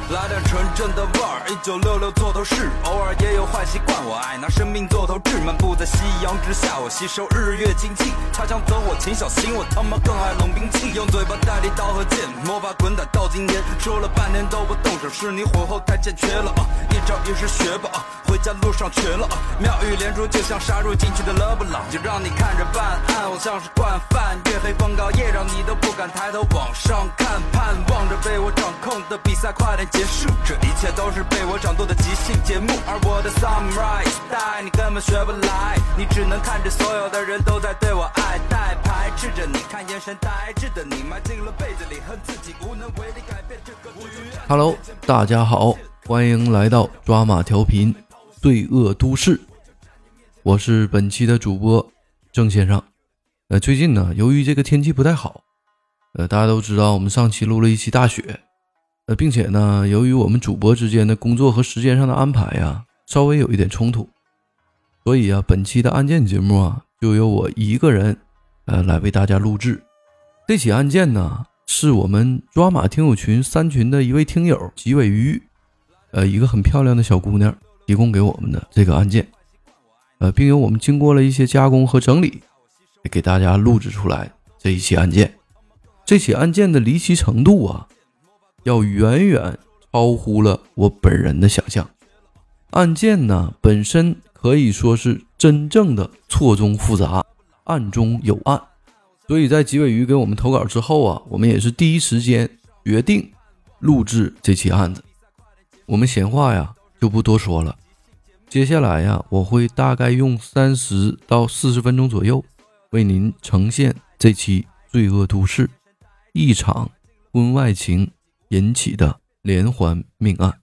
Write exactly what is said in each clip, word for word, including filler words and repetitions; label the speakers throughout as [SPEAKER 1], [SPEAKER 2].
[SPEAKER 1] 来点纯正的味儿，一九六六做头饰，偶尔也有坏习惯，我爱拿生命做头质，漫步在夕阳之下，我吸收日月精气，他想走我秦小新，我他妈更爱冷兵器，用嘴巴代替刀和剑，魔法滚打到今天，说了半天都不动手，是你火候太欠缺了啊！一招一式学吧啊，回家路上瘸了啊！妙语连珠就像杀入禁区的勒布朗，就让你看着办案，我像是惯犯，月黑风高夜让你都不敢抬头往上看，盼望着被我掌控的比赛快点结束，这一切都是被我掌舵的即兴节目，而我的 samurai style 你根本学不来，你只能看着所有的人都在对我爱戴，排斥着你，看眼神呆滞的你，埋进了被子里，恨自己无能为力改变这个局。
[SPEAKER 2] Hello， 大家好，欢迎来到抓马调频罪恶都市，我是本期的主播郑先生。呃，最近呢，由于这个天气不太好，呃，大家都知道我们上期录了一期大雪，呃，并且呢，由于我们主播之间的工作和时间上的安排呀，稍微有一点冲突，所以啊，本期的案件节目啊，就由我一个人呃来为大家录制。这起案件呢，是我们抓马听友群三群的一位听友吉尾鱼，呃，一个很漂亮的小姑娘提供给我们的这个案件，呃，并由我们经过了一些加工和整理，给大家录制出来这一起案件。这起案件的离奇程度啊，要远远超乎了我本人的想象。案件呢本身可以说是真正的错综复杂，案中有案。所以在吉尾鱼给我们投稿之后啊，我们也是第一时间决定录制这起案子。我们闲话呀就不多说了，接下来呀，我会大概用三十到四十分钟左右为您呈现这期罪恶都市一场婚外情引起的连环命案。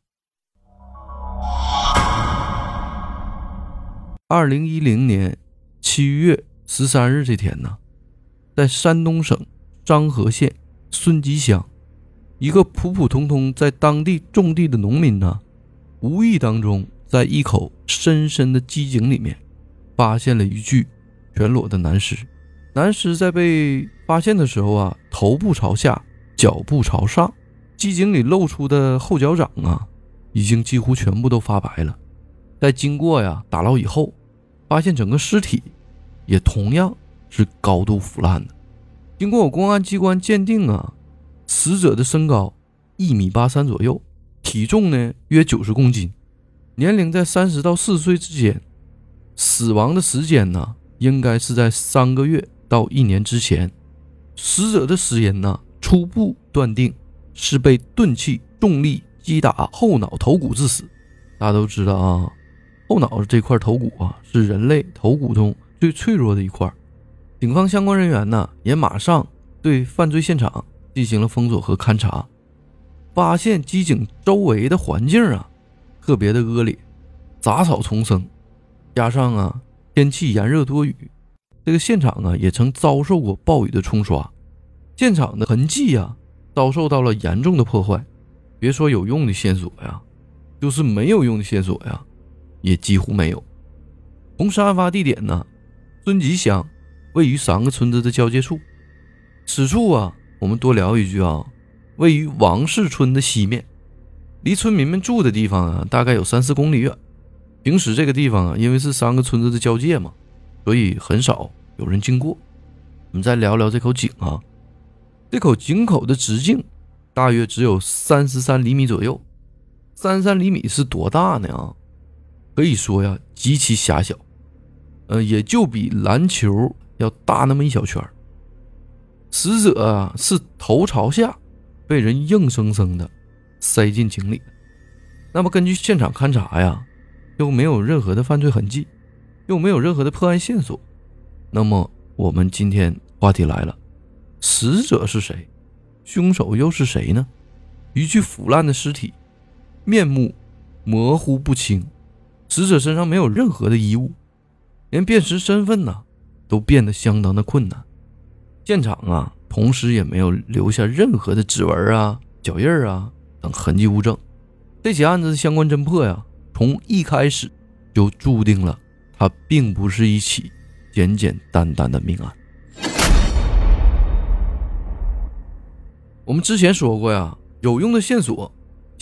[SPEAKER 2] 二零一零年七月十三日这天呢，在山东省张河县孙集乡，一个普普通通在当地种地的农民呢，无意当中在一口深深的机井里面发现了一具全裸的男尸。男尸在被发现的时候啊，头部朝下，脚部朝上，机井里露出的后脚掌啊，已经几乎全部都发白了。在经过呀打捞以后，发现整个尸体也同样是高度腐烂的。经过我公安机关鉴定啊，死者的身高一米八三左右，体重呢约九十公斤，年龄在三十到四十岁之间，死亡的时间呢应该是在三个月到一年之前。死者的死因呢，初步断定是被钝器重力击打后脑头骨致死。大家都知道啊，后脑这块头骨啊是人类头骨中最脆弱的一块。警方相关人员呢也马上对犯罪现场进行了封锁和勘查，发现机井周围的环境啊特别的恶劣，杂草丛生，加上啊天气炎热多雨，这个现场啊也曾遭受过暴雨的冲刷，现场的痕迹啊遭受到了严重的破坏。别说有用的线索呀，就是没有用的线索呀也几乎没有。同时案发地点呢，孙集乡位于三个村子的交界处。此处啊，我们多聊一句啊，位于王氏村的西面，离村民们住的地方啊大概有三四公里远。平时这个地方啊，因为是三个村子的交界嘛，所以很少有人经过。我们再聊聊这口井啊，这口井口的直径大约只有三十三厘米左右。三十三厘米是多大呢啊？可以说呀极其狭小，呃，也就比篮球要大那么一小圈。死者啊是头朝下被人硬生生的塞进井里。那么根据现场勘查呀，又没有任何的犯罪痕迹，又没有任何的破案线索。那么我们今天话题来了，死者是谁？凶手又是谁呢？一具腐烂的尸体，面目模糊不清，死者身上没有任何的衣物，连辨识身份呢都变得相当的困难。现场啊同时也没有留下任何的指纹啊、脚印啊等痕迹物证。这起案子的相关侦破呀，从一开始就注定了它并不是一起简简单单的命案。我们之前说过呀，有用的线索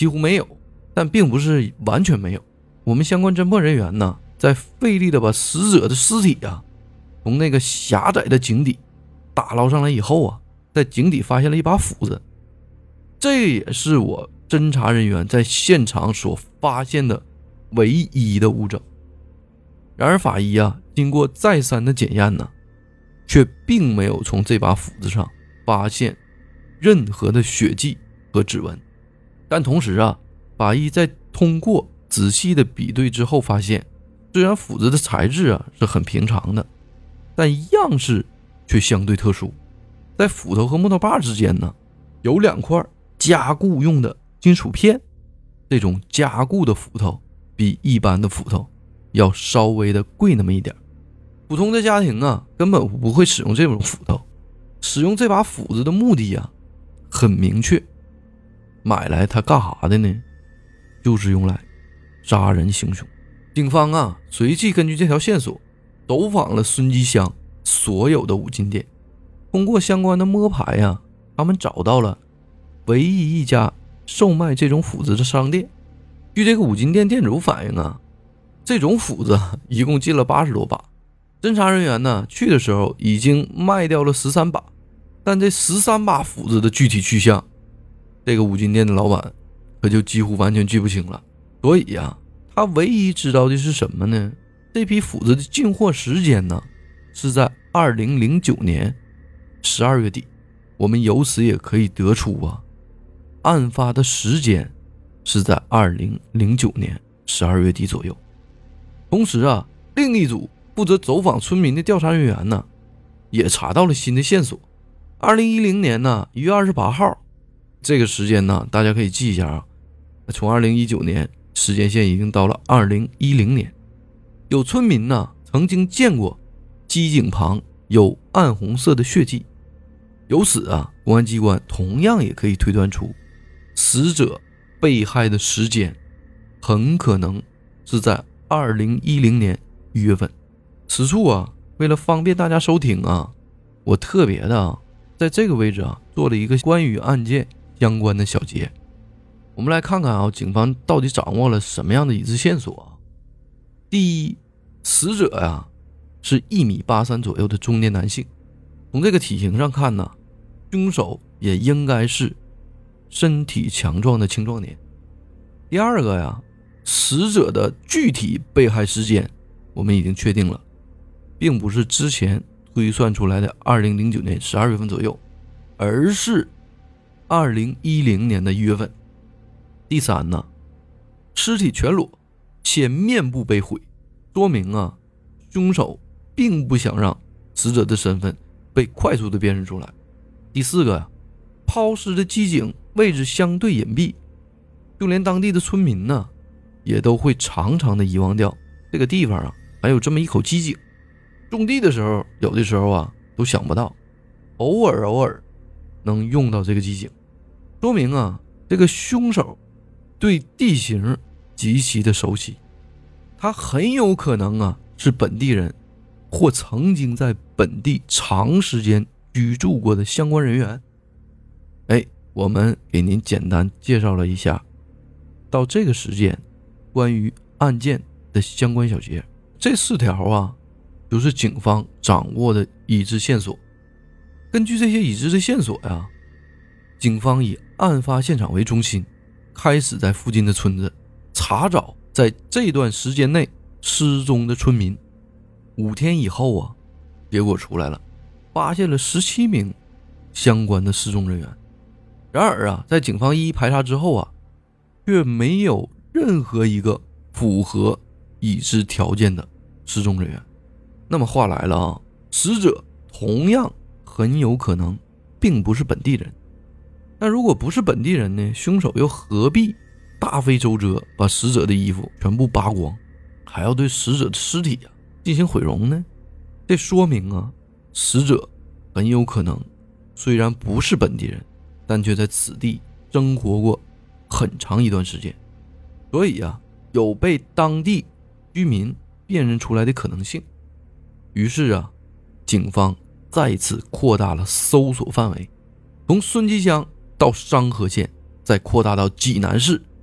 [SPEAKER 2] 几乎没有，但并不是完全没有。我们相关侦破人员呢，在费力的把死者的尸体啊，从那个狭窄的井底打捞上来以后啊，在井底发现了一把斧子，这也是我侦查人员在现场所发现的唯一的物证。然而法医啊，经过再三的检验呢，却并没有从这把斧子上发现任何的血迹和指纹。但同时啊，法医在通过仔细的比对之后发现，虽然斧子的材质啊是很平常的，但样式却相对特殊。在斧头和木头把之间呢，有两块加固用的金属片。这种加固的斧头比一般的斧头要稍微的贵那么一点。普通的家庭啊，根本不会使用这种斧头。使用这把斧子的目的啊，很明确，买来它干啥的呢？就是用来杀人行凶。警方啊，随即根据这条线索，走访了孙继香所有的五金店。通过相关的摸排啊，他们找到了唯一一家售卖这种斧子的商店。据这个五金店店主反映啊，这种斧子一共进了八十多把。侦查人员呢，去的时候已经卖掉了十三把，但这十三把斧子的具体去向，这个五金店的老板可就几乎完全记不清了。所以呀、啊，他唯一知道的是什么呢？这批斧子的进货时间呢，是在二零零九年十二月底。我们由此也可以得出啊，案发的时间是在二零零九年十二月底左右。同时啊，另一组负责走访村民的调查人员呢，也查到了新的线索。二零一零年呢一月二十八号，这个时间呢大家可以记一下啊，从二零一九年时间线已经到了二零一零年。有村民呢曾经见过机井旁有暗红色的血迹，由此啊，公安机关同样也可以推断出死者被害的时间很可能是在二零一零年一月份。此处啊，为了方便大家收听啊，我特别的啊，在这个位置啊，做了一个关于案件相关的小节。我们来看看啊，警方到底掌握了什么样的已知线索啊？第一，死者呀、啊、是一米八三左右的中年男性，从这个体型上看呢，凶手也应该是身体强壮的青壮年。第二个呀，死者的具体被害时间我们已经确定了，并不是之前推算出来的二零零九年十二月份左右，而是二零一零年的一月份。第三呢，尸体全裸且面部被毁，说明啊，凶手并不想让死者的身份被快速的辨认出来。第四个呀、啊，抛尸的机井位置相对隐蔽，就连当地的村民呢，也都会常常的遗忘掉这个地方啊还有这么一口机井。种地的时候，有的时候啊都想不到，偶尔偶尔能用到这个机井，说明啊，这个凶手对地形极其的熟悉，他很有可能啊是本地人，或曾经在本地长时间居住过的相关人员。哎，我们给您简单介绍了一下到这个时间关于案件的相关小节。这四条啊，就是警方掌握的已知线索。根据这些已知的线索呀，警方以案发现场为中心，开始在附近的村子查找在这段时间内失踪的村民。五天以后啊，结果出来了，发现了十七名相关的失踪人员。然而啊，在警方一一排查之后啊，却没有任何一个符合已知条件的失踪人员。那么话来了啊，死者同样很有可能并不是本地人。那如果不是本地人呢，凶手又何必大费周折把死者的衣服全部扒光，还要对死者的尸体啊进行毁容呢？这说明啊，死者很有可能虽然不是本地人，但却在此地生活过很长一段时间，所以啊，有被当地居民辨认出来的可能性。于是啊，警方再次扩大了搜索范围，从孙集乡到商河县，再扩大到济南市，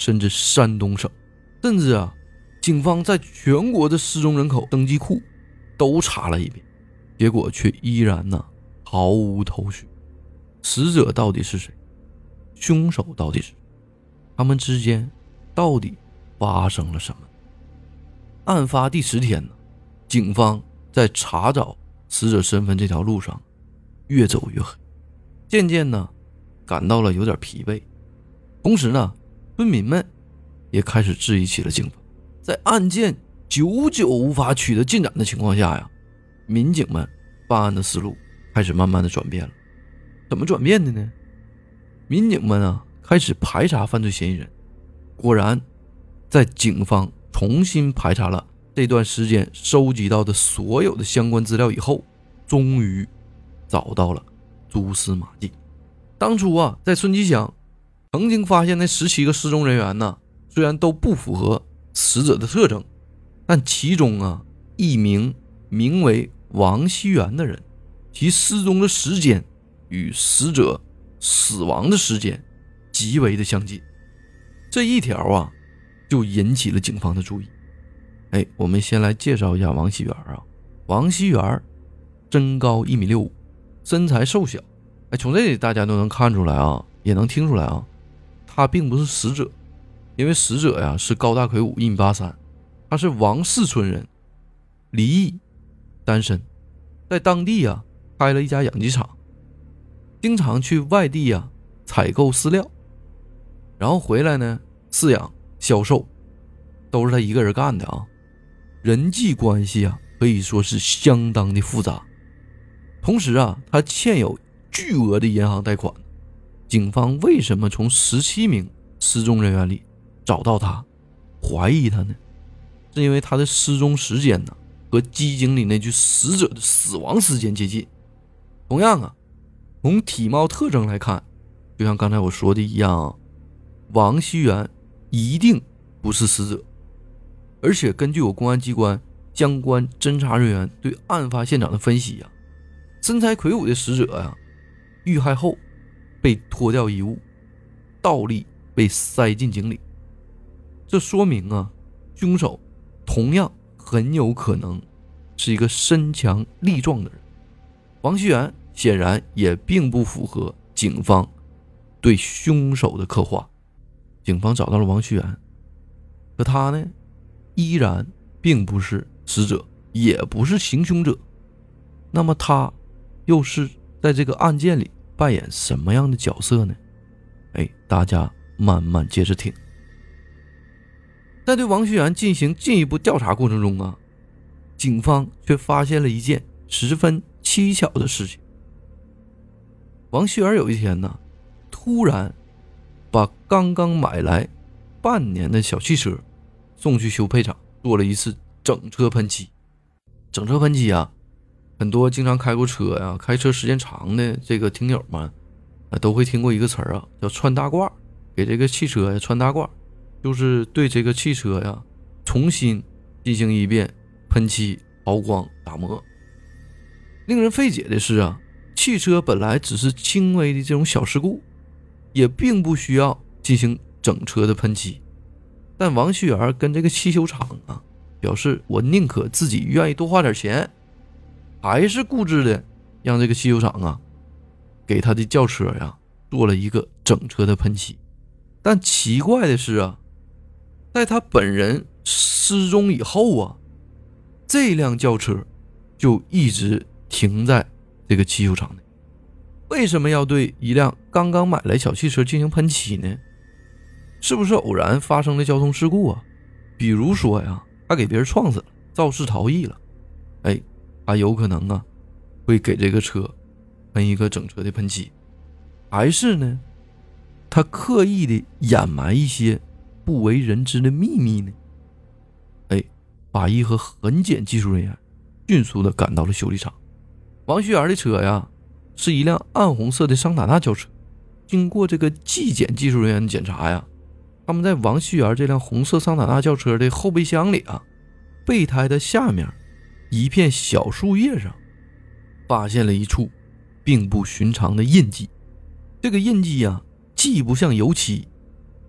[SPEAKER 2] 甚至山东省，甚至啊，警方在全国的失踪人口登记库都查了一遍，结果却依然呢毫无头绪。死者到底是谁？凶手到底是谁？他们之间到底发生了什么？案发第十天呢，警方在查找死者身份这条路上越走越黑，渐渐呢感到了有点疲惫。同时呢，村民们也开始质疑起了警方。在案件久久无法取得进展的情况下呀，民警们办案的思路开始慢慢的转变了。怎么转变的呢？民警们啊开始排查犯罪嫌疑人。果然在警方重新排查了这段时间收集到的所有的相关资料以后，终于找到了蛛丝马迹。当初啊在孙吉祥曾经发现那十七个失踪人员呢，虽然都不符合死者的特征，但其中啊一名名为王熙元的人，其失踪的时间与死者死亡的时间极为的相近。这一条啊就引起了警方的注意。哎，我们先来介绍一下王熙元啊。王熙元身高一米六五，身材瘦小。哎，从这里大家都能看出来啊，也能听出来啊，他并不是死者，因为死者呀是高大魁梧，一米八三，他是王氏村人，离异，单身，在当地啊开了一家养鸡场，经常去外地啊采购饲料，然后回来呢饲养销售，都是他一个人干的啊。人际关系啊可以说是相当的复杂。同时啊他欠有巨额的银行贷款。警方为什么从十七名失踪人员里找到他，怀疑他呢？是因为他的失踪时间呢和机井里那具死者的死亡时间接近。同样啊，从体貌特征来看，就像刚才我说的一样啊，王熙元一定不是死者。而且根据我公安机关相关侦查人员对案发现场的分析啊，身材魁梧的死者啊，遇害后被脱掉衣物，倒立被塞进井里。这说明啊，凶手同样很有可能是一个身强力壮的人。王熙元显然也并不符合警方对凶手的刻画。警方找到了王熙元，可他呢依然并不是死者，也不是行凶者。那么他又是在这个案件里扮演什么样的角色呢？哎，大家慢慢接着听。在对王熙元进行进一步调查过程中啊，警方却发现了一件十分蹊跷的事情。王熙元有一天呢，突然把刚刚买来半年的小汽车送去修配厂，做了一次整车喷漆。整车喷漆啊，很多经常开过车呀、啊、开车时间长的这个听友们、啊、都会听过一个词儿啊，叫穿大褂。给这个汽车呀穿大褂，就是对这个汽车呀重新进行一遍喷漆、抛光、打磨。令人费解的是啊，汽车本来只是轻微的这种小事故，也并不需要进行整车的喷漆。但王熙元跟这个汽修厂啊表示，我宁可自己愿意多花点钱，还是固执的让这个汽修厂啊给他的轿车呀做了一个整车的喷漆。但奇怪的是啊，在他本人失踪以后啊，这辆轿车就一直停在这个汽修厂内。为什么要对一辆刚刚买来小汽车进行喷漆呢？是不是偶然发生的交通事故啊？比如说呀，他给别人撞死了，肇事逃逸了，哎，他有可能啊会给这个车喷一个整车的喷漆。还是呢，他刻意的掩埋一些不为人知的秘密呢？哎，法医和痕检技术人员迅速的赶到了修理厂。王熙元的车呀是一辆暗红色的桑塔纳轿车，经过这个技检技术人员的检查呀，他们在王熙元这辆红色桑塔纳轿车的后备箱里啊，备胎的下面一片小树叶上发现了一处并不寻常的印记。这个印记啊，既不像油漆，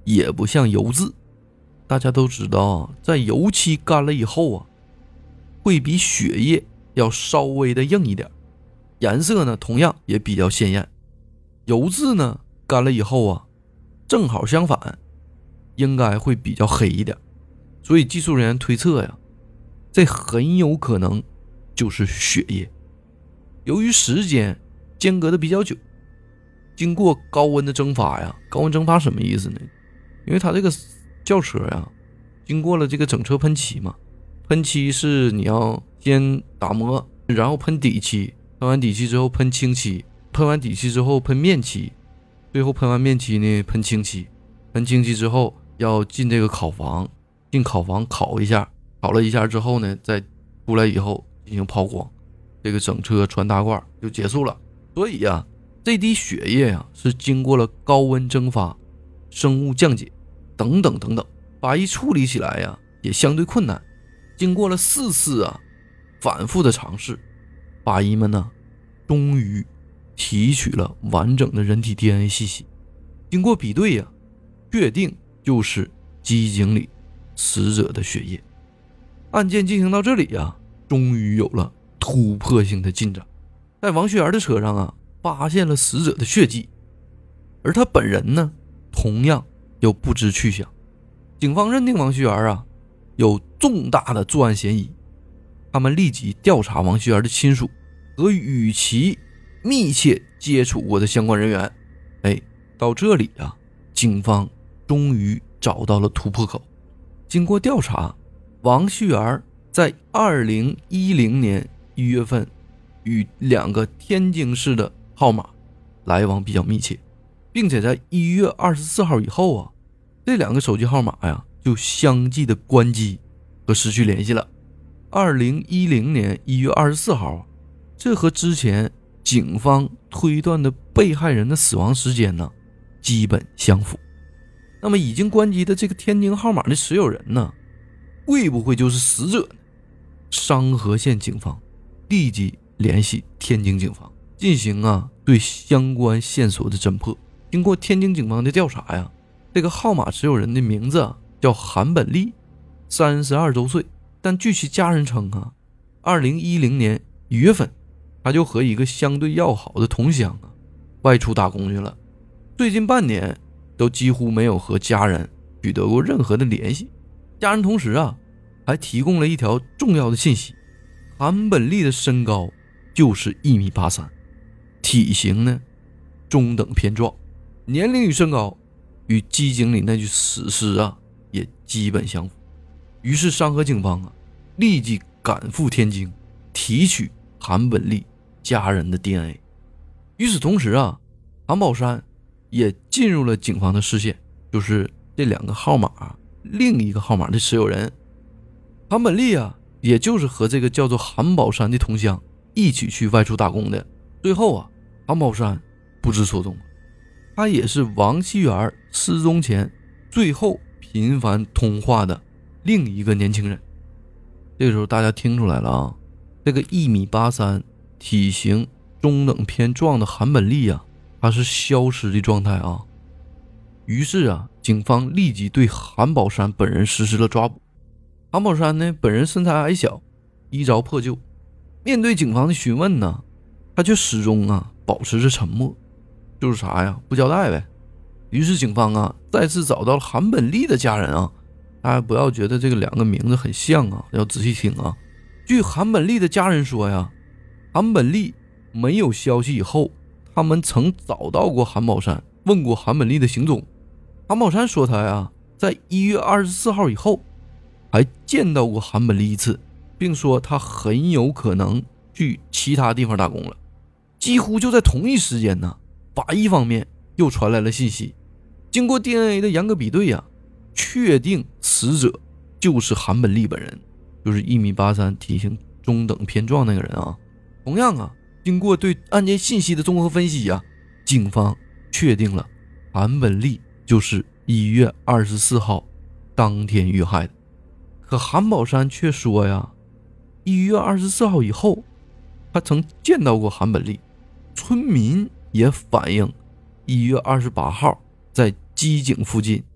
[SPEAKER 2] 也不像油渍。大家都知道啊，在油漆干了以后啊，会比血液要稍微的硬一点，颜色呢同样也比较鲜艳。油渍呢干了以后啊，正好相反，应该会比较黑一点。所以技术人员推测呀，这很有可能就是血液。由于时间间隔的比较久，经过高温的蒸发呀，高温蒸发什么意思呢？因为它这个轿车呀，经过了这个整车喷漆嘛，喷漆是你要先打磨，然后喷底漆，喷完底漆之后喷清漆，喷完底漆之后喷面漆，最后喷完面漆呢喷清漆，喷清漆之后要进这个烤房，进烤房烤一下，烤了一下之后呢，再出来以后进行抛光，这个整车穿大褂就结束了。所以呀，这滴血液呀是经过了高温蒸发、生物降解等等等等，法医处理起来呀也相对困难。经过了四次啊反复的尝试，法医们呢终于提取了完整的人体 D N A 信息。经过比对呀，确定就是机井里死者的血液。案件进行到这里呀，终于有了突破性的进展。在王旭元的车上啊，发现了死者的血迹，而他本人呢，同样又不知去向。警方认定王旭元啊有重大的作案嫌疑，他们立即调查王旭元的亲属和与其密切接触过的相关人员。哎，到这里啊，警方终于找到了突破口。经过调查，王旭元在二零一零年一月份与两个天津市的号码来往比较密切，并且在一月二十四号以后啊，这两个手机号码呀就相继的关机和失去联系了。二零一零年一月二十四号，这和之前警方推断的被害人的死亡时间呢基本相符。那么已经关机的这个天津号码的持有人呢，会不会就是死者呢？商河县警方立即联系天津警方进行啊对相关线索的侦破。经过天津警方的调查呀，这个号码持有人的名字啊叫韩本利，三十二周岁。但据其家人称啊，二零一零年一月份他就和一个相对要好的同乡啊外出打工去了，最近半年都几乎没有和家人取得过任何的联系。家人同时啊还提供了一条重要的信息，韩本利的身高就是一米八三，体型呢中等偏壮，年龄与身高与机井里那具死尸啊也基本相符。于是商河警方啊立即赶赴天津提取韩本利家人的 D N A。 与此同时啊，韩宝山也进入了警方的视线，就是这两个号码另一个号码的持有人。韩本利啊也就是和这个叫做韩宝山的同乡一起去外出打工的。最后啊，韩宝山不知所踪，他也是王熙元失踪前最后频繁通话的另一个年轻人。这个时候大家听出来了啊，这个一米八三、体型中等偏壮的韩本利啊，他是消失的状态啊。于是啊，警方立即对韩宝山本人实施了抓捕。韩宝山呢，本人身材矮小，衣着破旧，面对警方的询问呢，他却始终啊保持着沉默，就是啥呀，不交代呗。于是警方啊再次找到了韩本利的家人啊，大家不要觉得这个两个名字很像啊，要仔细听啊。据韩本利的家人说呀，韩本利没有消息以后，他们曾找到过韩宝山，问过韩本利的行踪。韩宝山说他呀在一月二十四号以后还见到过韩本利一次，并说他很有可能去其他地方打工了。几乎就在同一时间呢，法医方面又传来了信息，经过 D N A 的严格比对呀，确定死者就是韩本利本人，就是一米八三、体型中等偏壮那个人啊。同样啊，经过对案件信息的综合分析呀，警方确定了韩本利就是一月二十四号当天遇害的。可韩宝山却说呀，一月二十四号以后他曾见到过韩本利。村民也反映一月二十八号在机井附近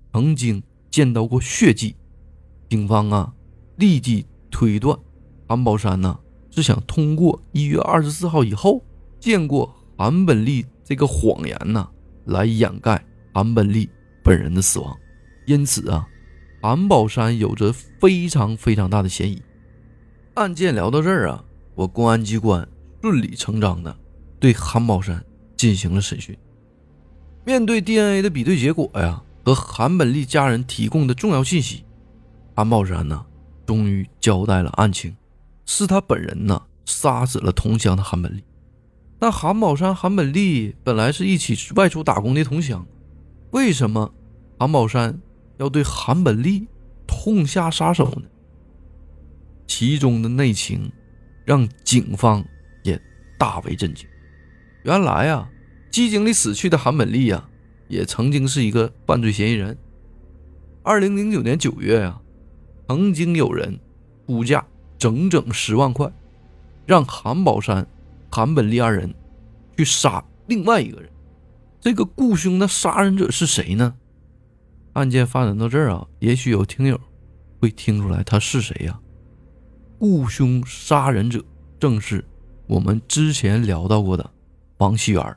[SPEAKER 2] 曾经见到过血迹。警方啊立即推断韩宝山呢、啊、是想通过一月二十四号以后见过韩本利这个谎言呢、啊、来掩盖韩本利本人的死亡。因此啊，韩宝山有着非常非常大的嫌疑。案件聊到这儿啊，我公安机关顺理成章的对韩宝山进行了审讯。面对 D N A 的比对结果呀和韩本利家人提供的重要信息，韩宝山呢终于交代了案情，是他本人呢杀死了同乡的韩本利。但韩宝山、韩本利本来是一起外出打工的同乡，为什么韩宝山要对韩本利痛下杀手呢？其中的内情让警方也大为震惊。原来啊，机井里死去的韩本利啊，也曾经是一个犯罪嫌疑人。二零零九年九月啊，曾经有人出价整整十万块，让韩宝山、韩本利二人去杀另外一个人。这个雇凶的杀人者是谁呢？案件发展到这儿啊，也许有听友会听出来他是谁呀、啊？雇凶杀人者正是我们之前聊到过的王熙元。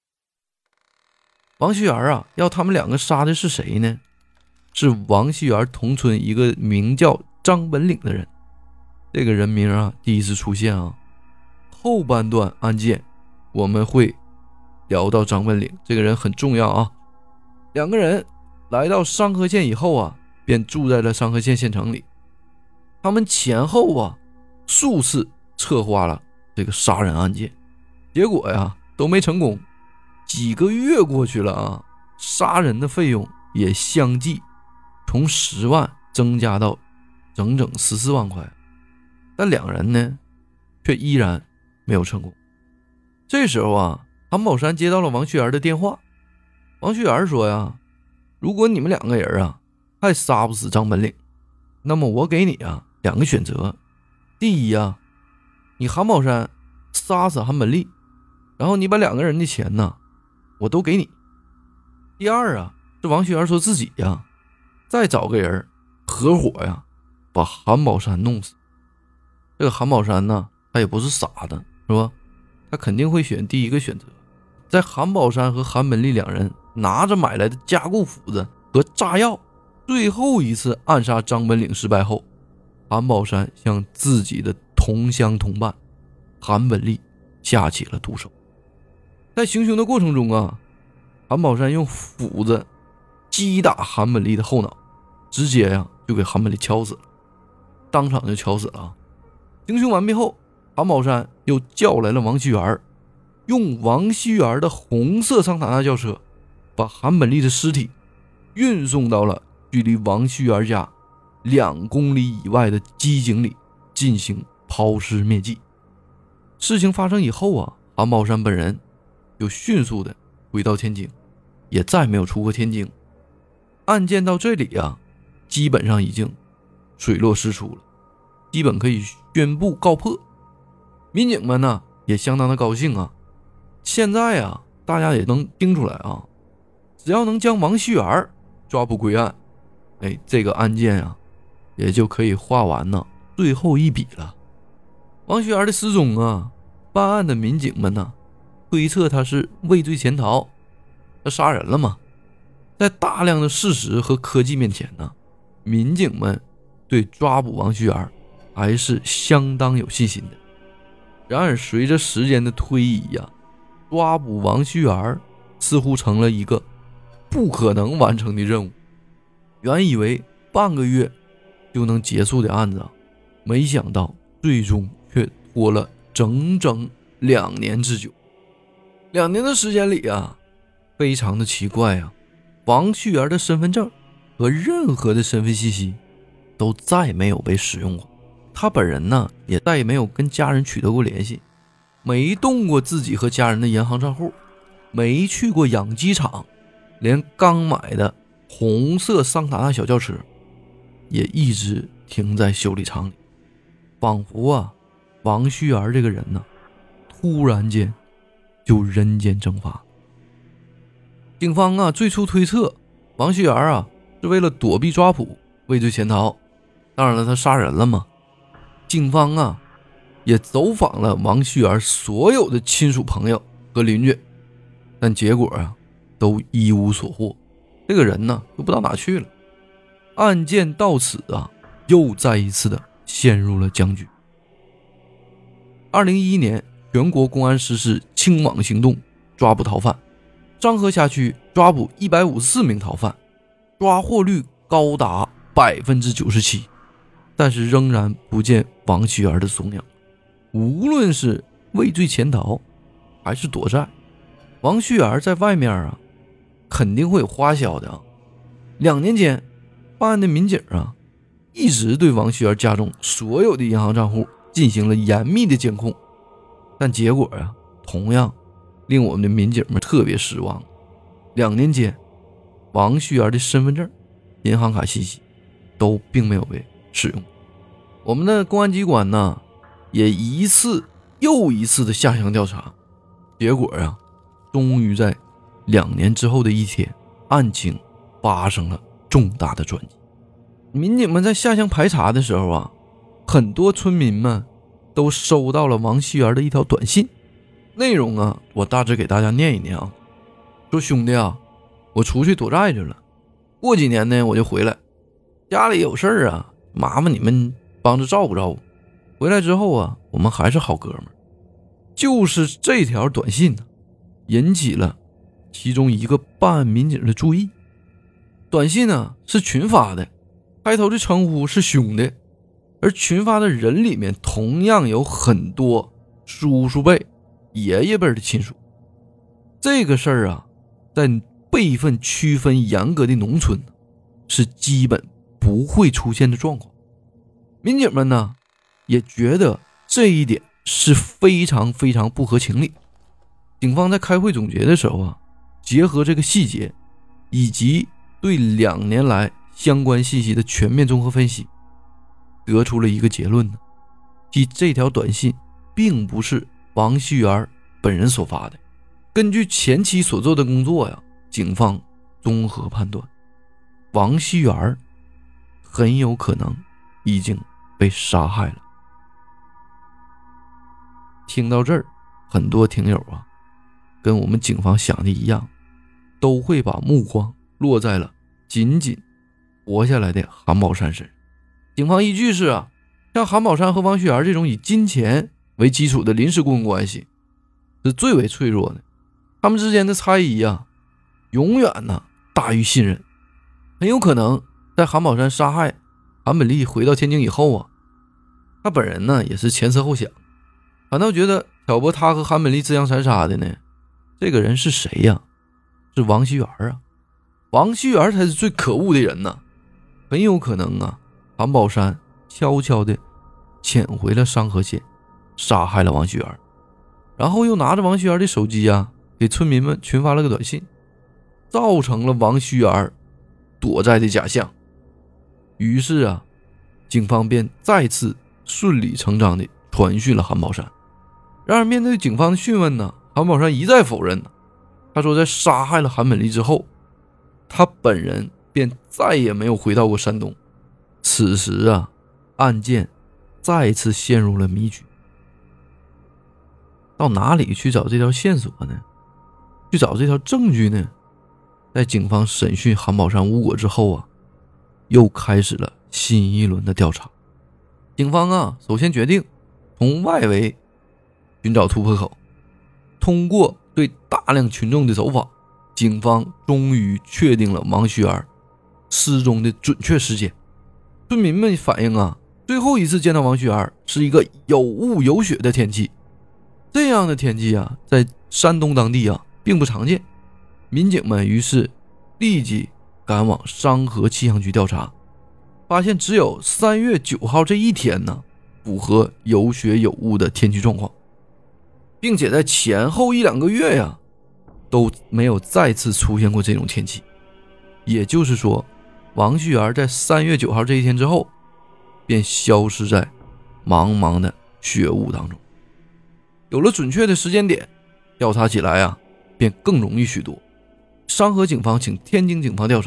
[SPEAKER 2] 王熙元啊，要他们两个杀的是谁呢？是王熙元同村一个名叫张本岭的人。这个人名啊，第一次出现啊。后半段案件我们会聊到张本岭，这个人很重要啊。两个人来到商河县以后啊，便住在了商河县县城里。他们前后啊数次策划了这个杀人案件，结果呀都没成功。几个月过去了啊，杀人的费用也相继从十万增加到整整十四万块，但两人呢却依然没有成功。这时候啊，韩宝山接到了王旭元的电话。王旭元说呀，如果你们两个人啊还杀不死张本岭，那么我给你啊两个选择。第一啊，你韩宝山杀死韩本利，然后你把两个人的钱呢我都给你。第二啊，是王旭元说自己呀再找个人合伙呀把韩宝山弄死。这个韩宝山呢他也不是傻的，是吧？他肯定会选第一个选择。在韩宝山和韩本利两人拿着买来的加固斧子和炸药最后一次暗杀张本岭失败后，韩宝山向自己的同乡同伴韩本利下起了毒手。在行凶的过程中啊，韩宝山用斧子击打韩本利的后脑，直接呀、啊、就给韩本利敲死了，当场就敲死了啊。行凶完毕后，韩宝山又叫来了王熙元，用王熙元的红色桑塔纳轿车把韩本利的尸体运送到了距离王熙元家两公里以外的机井里进行抛尸灭迹。事情发生以后啊，韩宝山本人就迅速的回到天津，也再没有出过天津。案件到这里啊，基本上已经水落石出了，基本可以宣布告破。民警们呢也相当的高兴啊，现在啊大家也能听出来啊，只要能将王熙元抓捕归案，哎，这个案件啊也就可以画完呢最后一笔了。王熙元的失踪啊，办案的民警们呢推测他是畏罪潜逃，他杀人了嘛。在大量的事实和科技面前呢，民警们对抓捕王熙元还是相当有信心的。然而随着时间的推移呀、啊，抓捕王熙元似乎成了一个不可能完成的任务。原以为半个月就能结束的案子，没想到最终却拖了整整两年之久。两年的时间里啊，非常的奇怪啊，王熙元的身份证和任何的身份信息都再没有被使用过。他本人呢也再也没有跟家人取得过联系，没动过自己和家人的银行账户，没去过养鸡场，连刚买的红色桑塔纳小轿车也一直停在修理厂里。仿佛啊，王熙元这个人呢突然间就人间蒸发。警方啊最初推测王熙元啊是为了躲避抓捕，畏罪潜逃。当然了，他杀人了嘛。警方啊也走访了王旭元所有的亲属朋友和邻居，但结果啊都一无所获。这个人呢就不知道哪去了。案件到此啊又再一次的陷入了僵局。二零一一年，全国公安实施清网行动，抓捕逃犯。漳河辖区抓捕一百五十四名逃犯，抓获率高达 百分之九十七， 但是仍然不见王旭元的踪影。无论是畏罪潜逃还是躲债，王旭元在外面啊肯定会有花销的啊。两年间，办案的民警啊一直对王旭元家中所有的银行账户进行了严密的监控，但结果呀同样令我们的民警们特别失望。两年间，王旭元的身份证、银行卡信息都并没有被使用。我们的公安机关呢也一次又一次的下乡调查，结果呀终于在两年之后的一天，案情发生了重大的转机。民警们在下乡排查的时候啊，很多村民们都收到了王旭元的一条短信，内容啊我大致给大家念一念啊。说兄弟啊，我出去躲债去了，过几年呢我就回来，家里有事儿啊，麻烦你们帮着照顾照顾，回来之后啊我们还是好哥们儿。就是这条短信呢引起了其中一个办案民警的注意。短信呢是群发的，开头的称呼是兄弟，而群发的人里面同样有很多叔叔辈、爷爷辈的亲属。这个事儿啊在辈分区分严格的农村是基本不会出现的状况。民警们呢也觉得这一点是非常非常不合情理。警方在开会总结的时候啊，结合这个细节以及对两年来相关信息的全面综合分析，得出了一个结论呢，即这条短信并不是王旭元本人所发的。根据前期所做的工作呀，警方综合判断，王旭元很有可能已经被杀害了。听到这儿，很多听友啊跟我们警方想的一样，都会把目光落在了仅仅活下来的韩宝山身上。警方依据是啊，像韩宝山和王旭元这种以金钱为基础的临时顾问关系是最为脆弱的，他们之间的猜疑啊永远呢大于信任。很有可能在韩宝山杀害韩本利回到天津以后啊，他本人呢也是前思后想，反倒觉得挑拨他和韩本利自相残杀的呢，这个人是谁呀？是王旭元啊。王旭元才是最可恶的人呢。很有可能啊，韩宝山悄悄地潜回了商河县，杀害了王旭元，然后又拿着王旭元的手机啊，给村民们群发了个短信，造成了王旭元躲债的假象。于是啊，警方便再次顺理成章地传讯了韩宝山。然而面对警方的讯问呢，韩宝山一再否认呢。他说在杀害了韩本利之后，他本人便再也没有回到过山东。此时啊，案件再次陷入了迷局。到哪里去找这条线索呢？去找这条证据呢？在警方审讯韩宝山无果之后啊，又开始了新一轮的调查。警方啊，首先决定从外围寻找突破口。通过对大量群众的走访，警方终于确定了王旭元失踪的准确时间。村民们反映啊，最后一次见到王旭元是一个有雾有雪的天气。这样的天气啊，在山东当地啊并不常见。民警们于是立即赶往商河气象局调查，发现只有三月九号这一天呢符合有雪有雾的天气状况，并且在前后一两个月呀都没有再次出现过这种天气。也就是说，王旭元在三月九号这一天之后便消失在茫茫的雪雾当中。有了准确的时间点，调查起来啊便更容易许多。商河警方请天津警方调查，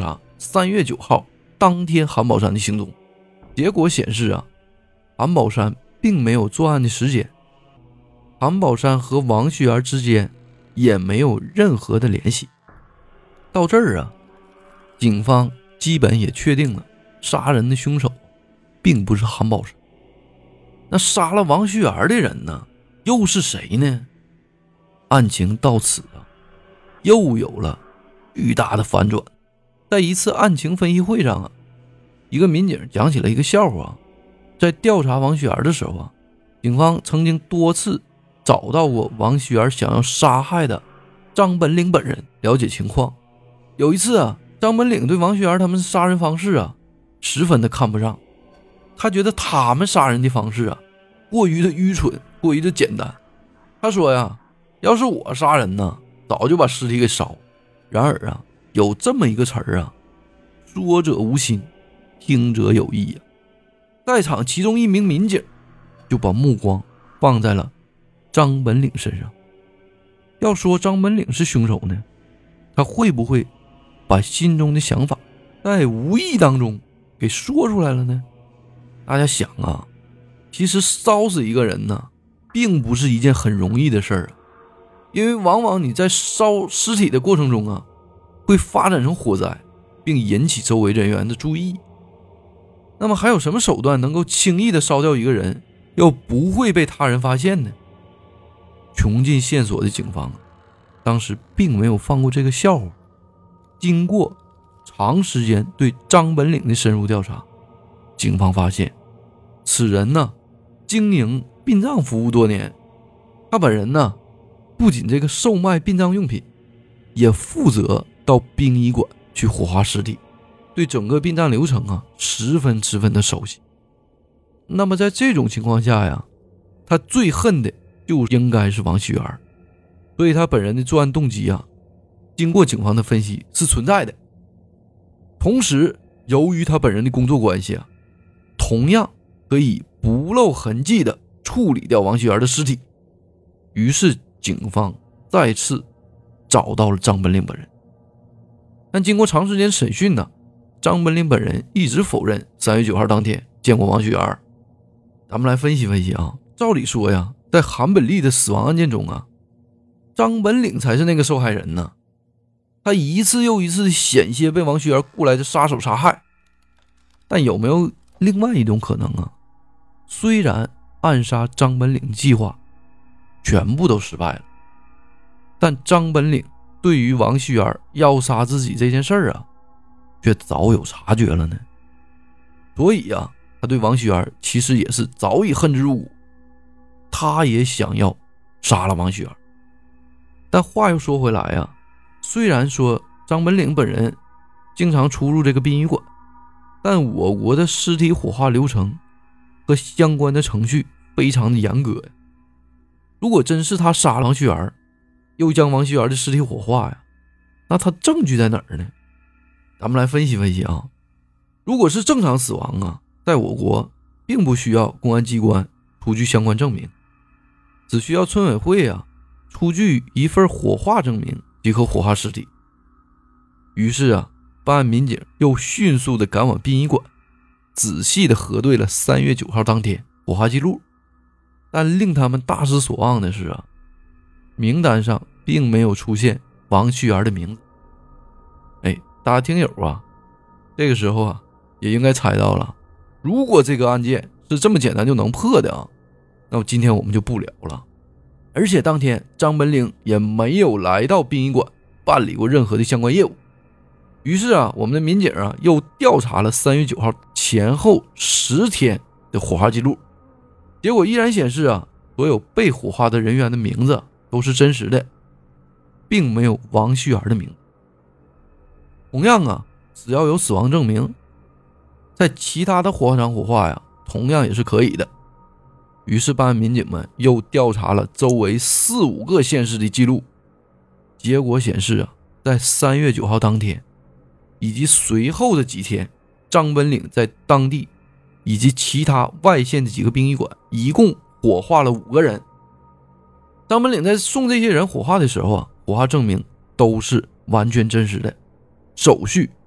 [SPEAKER 2] 三月九号当天韩宝山的行踪。结果显示啊，韩宝山并没有作案的时间，韩宝山和王旭元之间也没有任何的联系。到这儿啊，警方基本也确定了杀人的凶手并不是韩宝山。那杀了王旭元的人呢，又是谁呢？案情到此啊，又有了巨大的反转。在一次案情分析会上啊，一个民警讲起了一个笑话。在调查王旭元的时候啊，警方曾经多次找到过王旭元想要杀害的张本岭本人了解情况。有一次啊，张本岭对王旭元他们的杀人方式啊十分的看不上，他觉得他们杀人的方式啊过于的愚蠢，过于的简单。他说呀，要是我杀人呢，早就把尸体给烧。然而啊，有这么一个词儿啊，说者无心，听者有意啊。在场其中一名民警就把目光放在了张本岭身上。要说张本岭是凶手呢，他会不会把心中的想法在无意当中给说出来了呢？大家想啊，其实烧死一个人呢，并不是一件很容易的事儿啊，因为往往你在烧尸体的过程中啊，会发展成火灾，并引起周围人员的注意。那么还有什么手段能够轻易的烧掉一个人，又不会被他人发现呢？穷尽线索的警方啊，当时并没有放过这个笑话。经过长时间对张本岭的深入调查，警方发现此人呢经营殡葬服务多年，他本人呢不仅这个售卖殡葬用品，也负责到殡仪馆去火化尸体，对整个殡葬流程啊十分十分的熟悉。那么在这种情况下呀，他最恨的就应该是王旭元，所以他本人的作案动机啊，经过警方的分析是存在的。同时由于他本人的工作关系啊，同样可以不露痕迹的处理掉王旭元的尸体。于是警方再次找到了张本岭本人。但经过长时间审讯呢，张本岭本人一直否认三月九号当天见过王旭元。咱们来分析分析啊，照理说呀，在韩本利的死亡案件中啊，张本岭才是那个受害人呢。他一次又一次险些被王旭元雇来的杀手杀害。但有没有另外一种可能啊？虽然暗杀张本岭的计划全部都失败了，但张本岭对于王旭元要杀自己这件事儿啊，却早有察觉了呢。所以啊，他对王旭元其实也是早已恨之入骨，他也想要杀了王旭元。但话又说回来啊，虽然说张本岭本人经常出入这个殡仪馆，但我国的尸体火化流程和相关的程序非常的严格呀。如果真是他杀了王旭元，又将王旭元的尸体火化呀，那他证据在哪儿呢？咱们来分析分析啊。如果是正常死亡啊，在我国并不需要公安机关出具相关证明，只需要村委会啊出具一份火化证明即可火化尸体。于是啊，办案民警又迅速的赶往殡仪馆，仔细的核对了三月九号当天火化记录。但令他们大失所望的是啊，名单上并没有出现王旭元的名字。哎，大家听友啊，这个时候啊也应该猜到了，如果这个案件是这么简单就能破的啊，那么今天我们就不聊了。而且当天张本岭也没有来到殡仪馆办理过任何的相关业务。于是啊，我们的民警啊又调查了三月九号前后十天的火化记录，结果依然显示啊，所有被火化的人员的名字都是真实的，并没有王旭元的名字。同样啊，只要有死亡证明，在其他的火化场火化呀，同样也是可以的。于是办案民警们又调查了周围四五个县市的记录，结果显示啊，在三月九号当天以及随后的几天，张本岭在当地以及其他外县的几个殡仪馆一共火化了五个人。张本岭在送这些人火化的时候啊，火化证明都是完全真实的，手续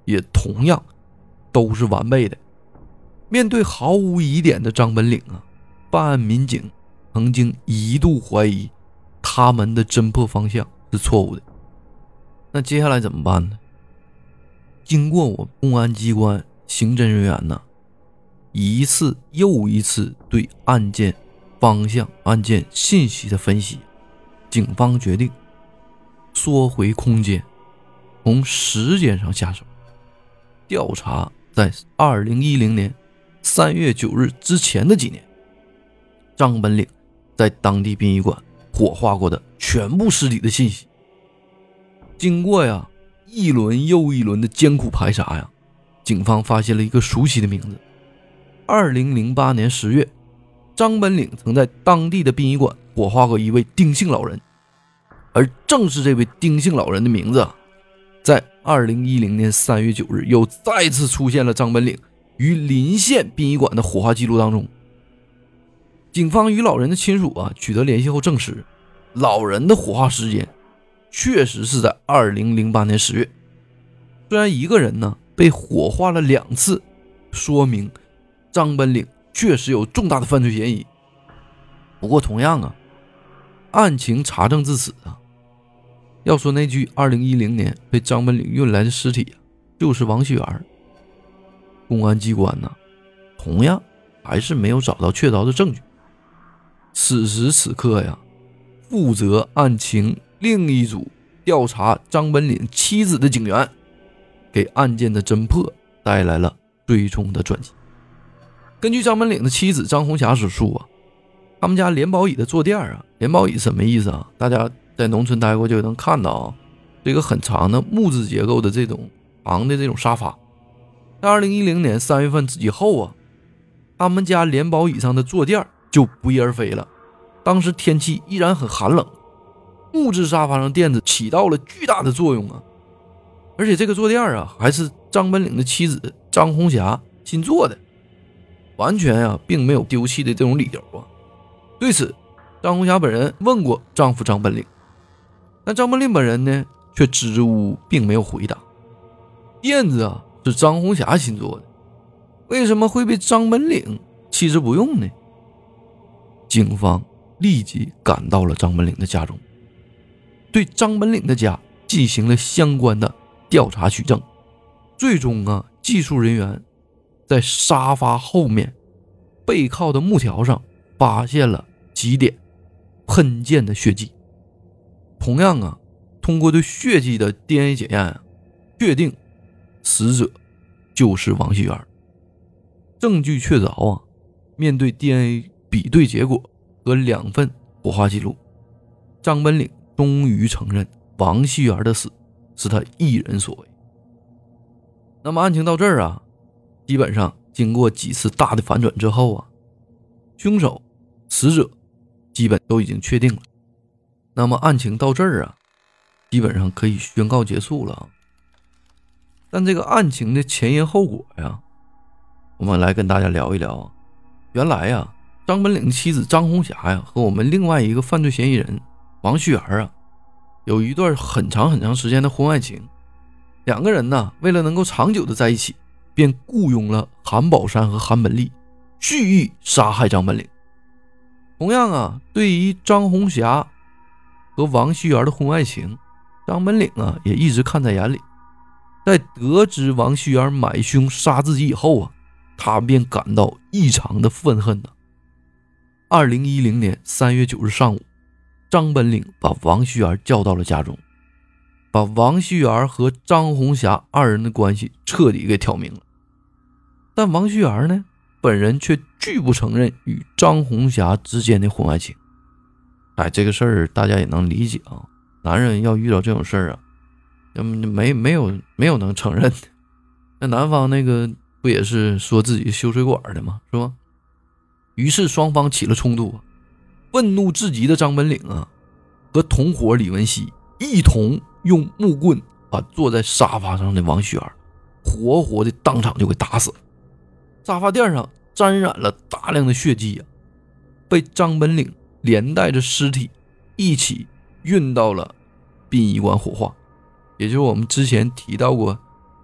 [SPEAKER 2] 也同样都是完备的。面对毫无疑点的张本岭啊，办案民警曾经一度怀疑他们的侦破方向是错误的。那接下来怎么办呢？经过我公安机关刑侦人员呢，一次又一次对案件方向、案件信息的分析，警方决定缩回空间，从时间上下手，调查在二零一零年三月九日之前的几年，张本岭在当地殡仪馆火化过的全部尸体的信息。经过呀一轮又一轮的艰苦排查呀，警方发现了一个熟悉的名字。二零零八年十月，张本岭曾在当地的殡仪馆火化过一位丁姓老人，而正是这位丁姓老人的名字啊，在二零一零年三月九日又再次出现了张本岭于临县殡仪馆的火化记录当中。警方与老人的亲属啊取得联系后证实，老人的火化时间确实是在二零零八年十月。虽然一个人呢被火化了两次，说明张本岭确实有重大的犯罪嫌疑。不过同样啊，案情查证至此啊，要说那具二零一零年被张本岭运来的尸体啊，就是王旭元，公安机关呢同样还是没有找到确凿的证据。此时此刻呀，负责案情另一组调查张本岭妻子的警员，给案件的侦破带来了最终的转机。根据张本岭的妻子张红霞所述啊，他们家连宝椅的坐垫啊，连宝椅什么意思啊？大家在农村待过就能看到啊，这个很长的木质结构的这种长的这种沙发。在二零一零年三月份以后啊，他们家连宝椅上的坐垫就不翼而飞了。当时天气依然很寒冷，木质沙发上垫子起到了巨大的作用啊！而且这个坐垫啊，还是张本岭的妻子张红霞新做的，完全啊并没有丢弃的这种理由啊。对此，张红霞本人问过丈夫张本岭，但张本岭本人呢却支支吾吾，并没有回答。垫子啊是张红霞新做的，为什么会被张本岭弃之不用呢？警方立即赶到了张本岭的家中，对张本岭的家进行了相关的调查取证。最终啊，技术人员在沙发后面背靠的木条上发现了几点喷溅的血迹。同样啊，通过对血迹的 D N A 检验啊，确定死者就是王旭元。证据确凿啊，面对 D N A 比对结果和两份火化记录，张本岭终于承认王旭元的死是他一人所为。那么案情到这儿啊，基本上经过几次大的反转之后啊，凶手、死者基本都已经确定了。那么案情到这儿啊，基本上可以宣告结束了。但这个案情的前因后果呀，我们来跟大家聊一聊。原来呀，张本岭的妻子张红霞呀和我们另外一个犯罪嫌疑人王旭元啊，有一段很长很长时间的婚外情。两个人呢，为了能够长久的在一起，便雇佣了韩宝山和韩本利，蓄意杀害张本岭。同样啊，对于张红霞和王旭元的婚外情，张本岭啊也一直看在眼里。在得知王旭元买凶杀自己以后啊，他便感到异常的愤恨呢。二零一零年三月九日上午，张本岭把王旭元叫到了家中，把王旭元和张红霞二人的关系彻底给挑明了。但王旭元呢，本人却拒不承认与张红霞之间的婚外情。哎，这个事儿大家也能理解啊，男人要遇到这种事儿啊，没没有没有能承认的。那男方那个不也是说自己修水管的吗？是吧？于是双方起了冲突啊。愤怒至极的张本岭啊，和同伙李文熙一同用木棍把坐在沙发上的王旭元活活的当场就给打死了。沙发垫上沾染了大量的血迹啊，被张本岭连带着尸体一起运到了殡仪馆火化，也就是我们之前提到过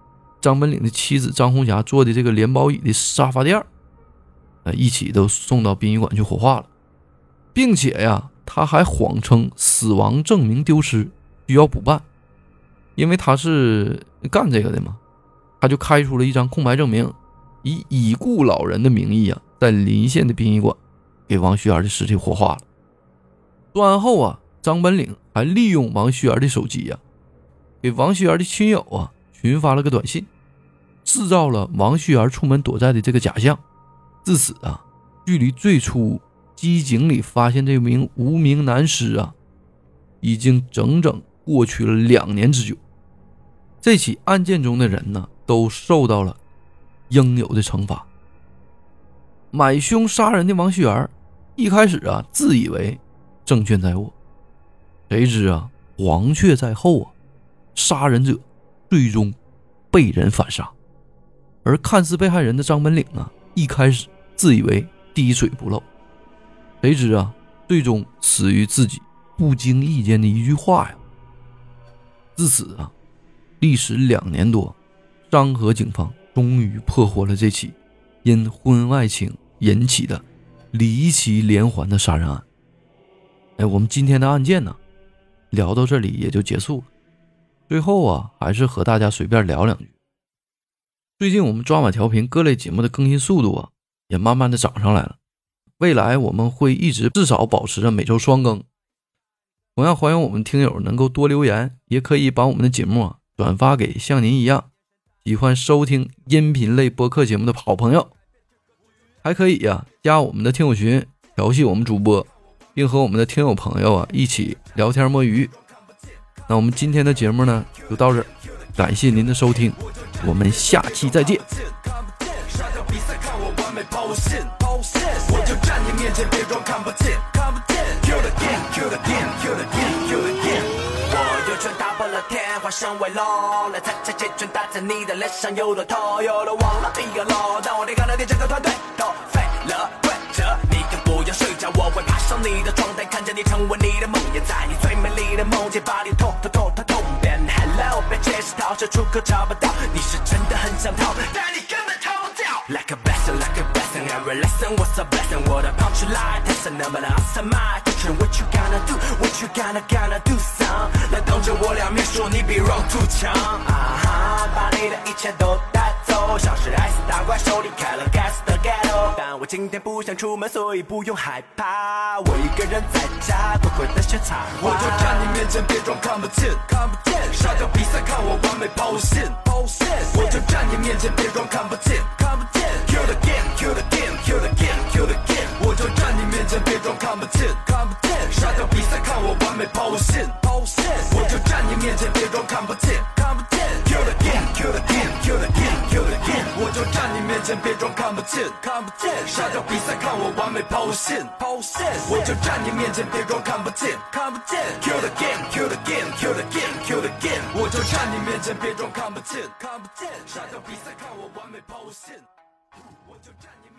[SPEAKER 2] 张本岭的妻子张红霞坐的这个连包椅的沙发垫呃，一起都送到殡仪馆去火化了，并且呀，他还谎称死亡证明丢失，需要补办，因为他是干这个的嘛，他就开出了一张空白证明，以已故老人的名义啊，在临县的殡仪馆给王旭元的尸体火化了。作案后啊，张本岭还利用王旭元的手机啊，给王旭元的亲友啊群发了个短信，制造了王旭元出门躲债的这个假象。自此啊，距离最初机井里发现这名无名男尸啊，已经整整过去了两年之久。这起案件中的人呢，都受到了应有的惩罚。买凶杀人的王旭元一开始啊，自以为证券在握，谁知啊，黄雀在后啊，杀人者最终被人反杀。而看似被害人的张本岭啊，一开始自以为滴水不漏，谁知啊，最终死于自己不经意间的一句话呀。自此啊，历时两年多，张河警方终于破获了这起因婚外情引起的离奇连环的杀人案。哎，我们今天的案件呢，聊到这里也就结束了。最后啊，还是和大家随便聊两句。最近我们抓马调频各类节目的更新速度啊，也慢慢的涨上来了。未来我们会一直至少保持着每周双更。同样欢迎我们听友能够多留言，也可以把我们的节目啊转发给像您一样喜欢收听音频类播客节目的好朋友。还可以呀、啊、加我们的听友群，调戏我们主播，并和我们的听友朋友啊一起聊天摸鱼。那我们今天的节目呢就到这儿，感谢您的收听，我们下期再见。我就站你面前，别装看不见，看不见。Kill the game, kill the game, kill the game, kill the game。我有拳打破了天，化身为龙，来踩踩这拳打在你的脸上，有多痛，有多忘了比个龙。但我得看到你整个团队都废了，跪着，你可不要睡觉，我会爬上你的床单，看着你成为你的梦魇，在你最美丽的梦境，把你痛痛痛痛痛遍。Hello， 别解释逃，这出口找不到，你是真的很想逃，但你根本逃不掉。Like a blessing, like a blessing, every lesson was a blessing. What a punchline, that's a number outside my kitchen. What you gonna do? What you gonna gonna do, son? 来当着我俩面说你比 Rock 图强啊哈，把你的一切都带走，像是 Ice 大怪兽离开了 Gas 的 Ghetto。但我今天不想出门，所以不用害怕，我一个人在家乖乖的学插画。我就站你面前，别装看不见，看不见。沙雕比赛看我完美抛线，抛线。我就站你面前，别装看不见，看不见。Kill the game, kill the game, kill the game, kill the game。我就站你面前，别装看不见，看不见。沙雕比赛看我完美抛线，抛线。我就站你面前，别装看不见，看不见。Kill the game, kill the game, kill the game, kill the game。我就站你面前，别装看不见，看不见。沙雕比赛看我完美抛线，抛线。我就站你面前，别装看不见，看不见。Kill the game, kill the game, kill the game, kill the game。我就站你面前，别装看不见，看不见。沙雕比赛看我完美抛线。我就站你